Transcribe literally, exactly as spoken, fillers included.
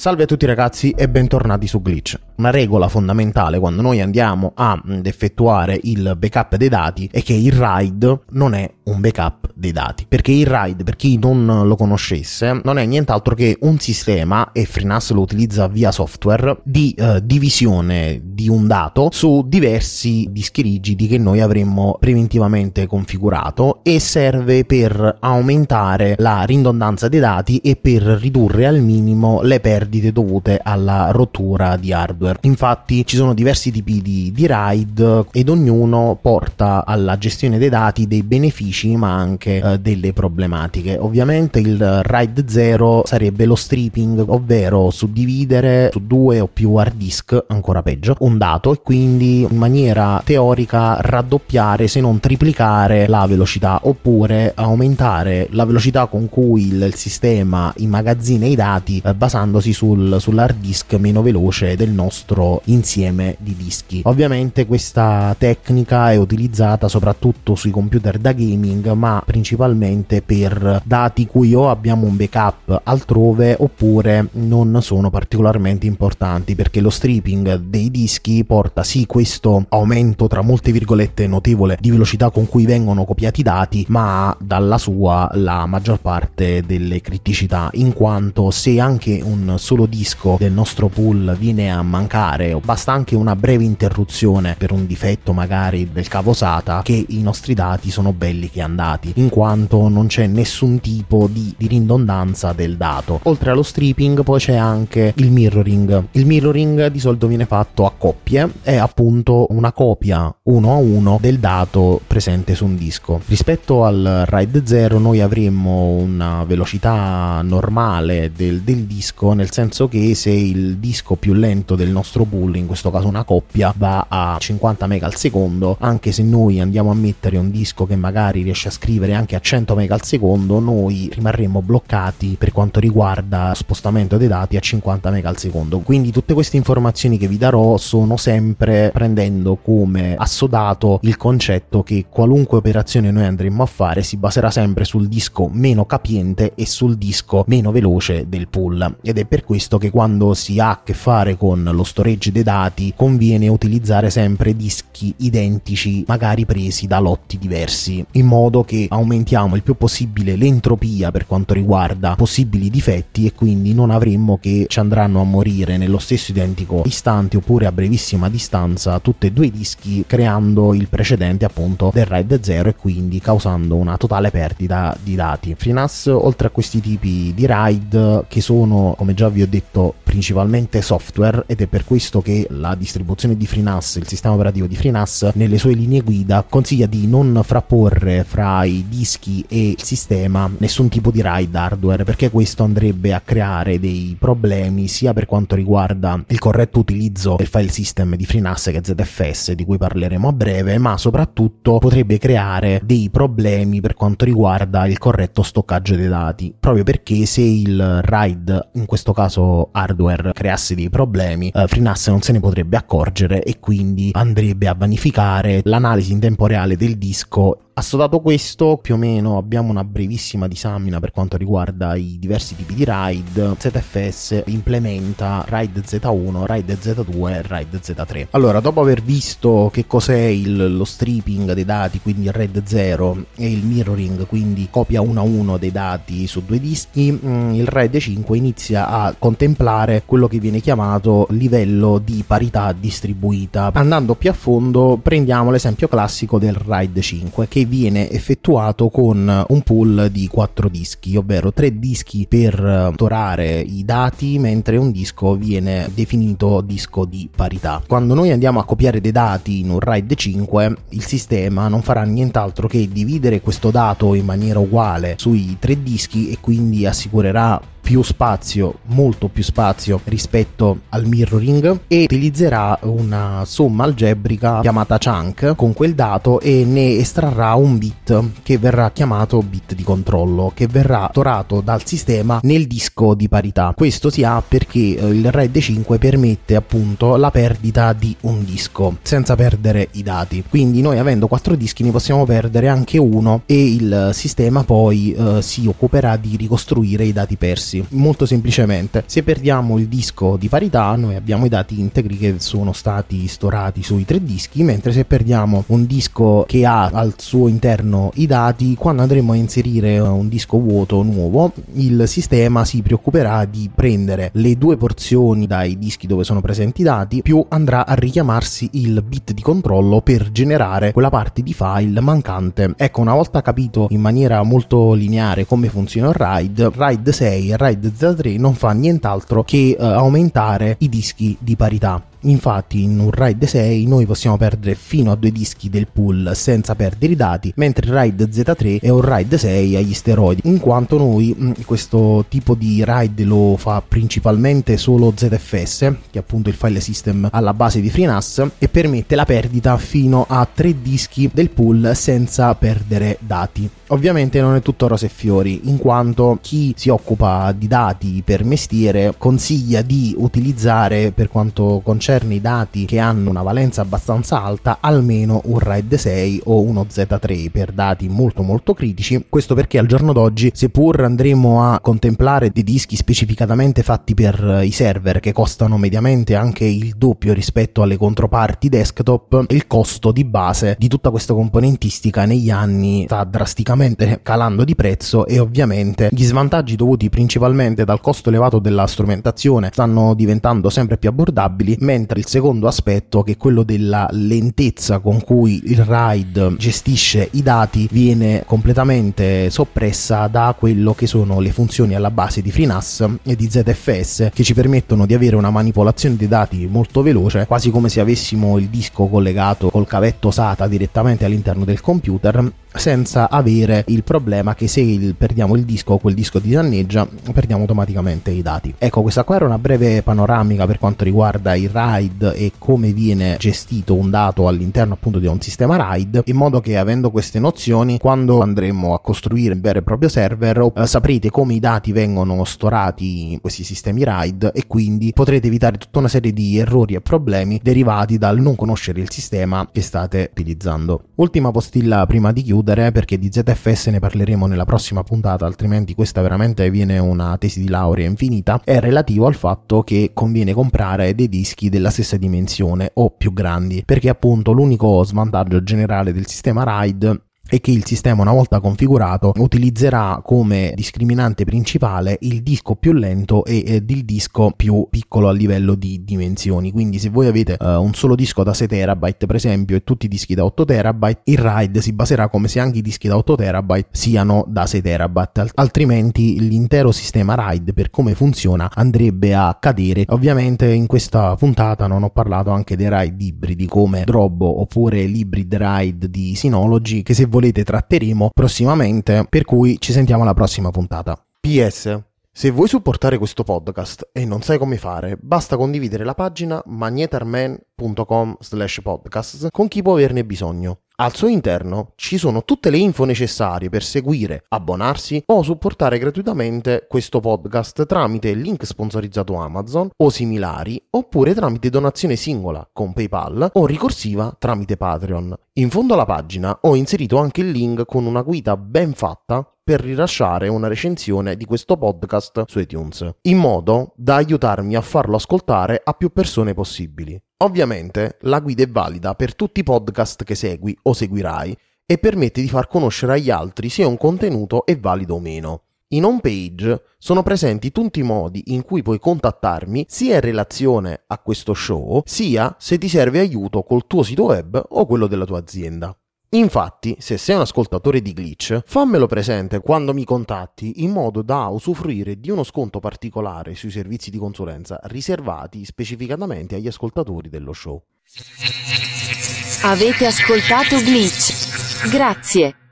Salve a tutti ragazzi e bentornati su Glitch. Una regola fondamentale quando noi andiamo ad effettuare il backup dei dati è che il RAID non è un backup dei dati, perché il RAID, per chi non lo conoscesse, non è nient'altro che un sistema, e FreeNAS lo utilizza via software, di eh, divisione di un dato su diversi dischi rigidi che noi avremmo preventivamente configurato, e serve per aumentare la ridondanza dei dati e per ridurre al minimo le perdite dovute alla rottura di hardware. Infatti ci sono diversi tipi di, di RAID ed ognuno porta alla gestione dei dati dei benefici ma anche eh, delle problematiche. Ovviamente il RAID zero sarebbe lo stripping, ovvero suddividere su due o più hard disk, ancora peggio, un dato, e quindi in maniera teorica raddoppiare se non triplicare la velocità, oppure aumentare la velocità con cui il, il sistema immagazzina i dati eh, basandosi sul, sull'hard disk meno veloce del nostro insieme di dischi. Ovviamente questa tecnica è utilizzata soprattutto sui computer da gaming, ma principalmente per dati cui o abbiamo un backup altrove oppure non sono particolarmente importanti, perché lo stripping dei dischi porta sì questo aumento tra molte virgolette notevole di velocità con cui vengono copiati i dati, ma dalla sua la maggior parte delle criticità, in quanto se anche un solo disco del nostro pool viene a mancare, o basta anche una breve interruzione per un difetto magari del cavo SATA, che i nostri dati sono belli che andati, in quanto non c'è nessun tipo di, di ridondanza del dato. Oltre allo stripping poi c'è anche il mirroring. Il mirroring di solito viene fatto a coppie, è appunto una copia uno a uno del dato presente su un disco. Rispetto al RAID zero noi avremmo una velocità normale del, del disco, nel senso che se il disco più lento del nostro pool, in questo caso una coppia, va a cinquanta mega al secondo, anche se noi andiamo a mettere un disco che magari riesce a scrivere anche a cento mega al secondo, noi rimarremo bloccati per quanto riguarda lo spostamento dei dati a cinquanta mega al secondo. Quindi tutte queste informazioni che vi darò sono sempre prendendo come assodato il concetto che qualunque operazione noi andremo a fare si baserà sempre sul disco meno capiente e sul disco meno veloce del pool, ed è per questo che quando si ha a che fare con lo storage dei dati conviene utilizzare sempre dischi identici, magari presi da lotti diversi, in modo che aumentiamo il più possibile l'entropia per quanto riguarda possibili difetti, e quindi non avremmo che ci andranno a morire nello stesso identico istante oppure a brevissima distanza tutti e due i dischi, creando il precedente appunto del RAID zero e quindi causando una totale perdita di dati. FreeNAS, oltre a questi tipi di RAID, che sono, come già vi ho detto, principalmente software, ed è per questo che la distribuzione di FreeNAS, il sistema operativo di FreeNAS, nelle sue linee guida consiglia di non frapporre fra i dischi e il sistema nessun tipo di RAID hardware, perché questo andrebbe a creare dei problemi sia per quanto riguarda il corretto utilizzo del file system di FreeNAS, che è Z F S, di cui parleremo a breve, ma soprattutto potrebbe creare dei problemi per quanto riguarda il corretto stoccaggio dei dati, proprio perché se il RAID, in questo caso hardware, creasse dei problemi, eh, FreeNAS non se ne potrebbe accorgere e quindi andrebbe a vanificare l'analisi in tempo reale del disco. Assodato questo, più o meno abbiamo una brevissima disamina per quanto riguarda i diversi tipi di RAID. Z F S implementa RAID Z uno, RAID Z due e RAID Z tre. Allora, dopo aver visto che cos'è il, lo stripping dei dati, quindi il RAID zero, e il mirroring, quindi copia uno a uno dei dati su due dischi, il RAID cinque inizia a contemplare quello che viene chiamato livello di parità distribuita. Andando più a fondo, prendiamo l'esempio classico del RAID cinque, che viene effettuato con un pool di quattro dischi, ovvero tre dischi per storare i dati, mentre un disco viene definito disco di parità. Quando noi andiamo a copiare dei dati in un RAID cinque, il sistema non farà nient'altro che dividere questo dato in maniera uguale sui tre dischi, e quindi assicurerà più spazio, molto più spazio rispetto al mirroring, e utilizzerà una somma algebrica chiamata chunk con quel dato e ne estrarrà un bit che verrà chiamato bit di controllo, che verrà storato dal sistema nel disco di parità. Questo si ha perché il RAID cinque permette appunto la perdita di un disco senza perdere i dati, quindi noi avendo quattro dischi ne possiamo perdere anche uno e il sistema poi eh, si occuperà di ricostruire i dati persi. ragazzi, molto semplicemente, se perdiamo il disco di parità noi abbiamo i dati integri che sono stati storati sui tre dischi, mentre se perdiamo un disco che ha al suo interno i dati, quando andremo a inserire un disco vuoto nuovo il sistema si preoccuperà di prendere le due porzioni dai dischi dove sono presenti i dati, più andrà a richiamarsi il bit di controllo per generare quella parte di file mancante. Ecco, una volta capito in maniera molto lineare come funziona il RAID, RAID sei e RAID Z tre non fa nient'altro che eh, aumentare i dischi di parità. Infatti in un RAID sei noi possiamo perdere fino a due dischi del pool senza perdere i dati, mentre il RAID Z tre è un RAID sei agli steroidi, in quanto noi mh, questo tipo di RAID lo fa principalmente solo Z F S, che è appunto il file system alla base di FreeNAS, e permette la perdita fino a tre dischi del pool senza perdere dati. Ovviamente non è tutto rose e fiori, in quanto chi si occupa di dati per mestiere consiglia di utilizzare, per quanto concerne i dati che hanno una valenza abbastanza alta, almeno un RAID sei o uno Z tre per dati molto molto critici. Questo perché al giorno d'oggi, seppur andremo a contemplare dei dischi specificatamente fatti per i server che costano mediamente anche il doppio rispetto alle controparti desktop, il costo di base di tutta questa componentistica negli anni sta drasticamente calando di prezzo, e ovviamente gli svantaggi dovuti principalmente dal costo elevato della strumentazione stanno diventando sempre più abbordabili, mentre il secondo aspetto, che è quello della lentezza con cui il RAID gestisce i dati, viene completamente soppressa da quello che sono le funzioni alla base di FreeNAS e di Z F S, che ci permettono di avere una manipolazione dei dati molto veloce, quasi come se avessimo il disco collegato col cavetto SATA direttamente all'interno del computer, senza avere il problema che se il, perdiamo il disco o quel disco ti danneggia, perdiamo automaticamente i dati. Ecco, questa qua era una breve panoramica per quanto riguarda il RAID e come viene gestito un dato all'interno appunto di un sistema RAID, in modo che, avendo queste nozioni, quando andremo a costruire un vero e proprio server eh, saprete come i dati vengono storati in questi sistemi RAID, e quindi potrete evitare tutta una serie di errori e problemi derivati dal non conoscere il sistema che state utilizzando. Ultima postilla prima di chiudere, perché di Z F S ne parleremo nella prossima puntata, altrimenti questa veramente viene una tesi di laurea infinita, è relativo al fatto che conviene comprare dei dischi della stessa dimensione o più grandi, perché appunto l'unico svantaggio generale del sistema RAID e che il sistema, una volta configurato, utilizzerà come discriminante principale il disco più lento e eh, il disco più piccolo a livello di dimensioni. Quindi se voi avete eh, un solo disco da sei terabyte per esempio e tutti i dischi da otto terabyte, il RAID si baserà come se anche i dischi da otto terabyte siano da sei terabyte, Al- altrimenti l'intero sistema RAID, per come funziona, andrebbe a cadere. Ovviamente in questa puntata non ho parlato anche dei RAID ibridi come Drobo oppure l'hybrid RAID di Synology, che se volete tratteremo prossimamente, per cui ci sentiamo alla prossima puntata. P S: se vuoi supportare questo podcast e non sai come fare, basta condividere la pagina magnetarman punto com slash podcast con chi può averne bisogno. Al suo interno ci sono tutte le info necessarie per seguire, abbonarsi o supportare gratuitamente questo podcast tramite il link sponsorizzato Amazon o similari, oppure tramite donazione singola con PayPal o ricorsiva tramite Patreon. In fondo alla pagina ho inserito anche il link con una guida ben fatta per rilasciare una recensione di questo podcast su iTunes, in modo da aiutarmi a farlo ascoltare a più persone possibili. Ovviamente la guida è valida per tutti i podcast che segui o seguirai e permette di far conoscere agli altri se un contenuto è valido o meno. In home page sono presenti tutti i modi in cui puoi contattarmi, sia in relazione a questo show, sia se ti serve aiuto col tuo sito web o quello della tua azienda. Infatti, se sei un ascoltatore di Glitch, fammelo presente quando mi contatti, in modo da usufruire di uno sconto particolare sui servizi di consulenza riservati specificatamente agli ascoltatori dello show. Avete ascoltato Glitch? Grazie.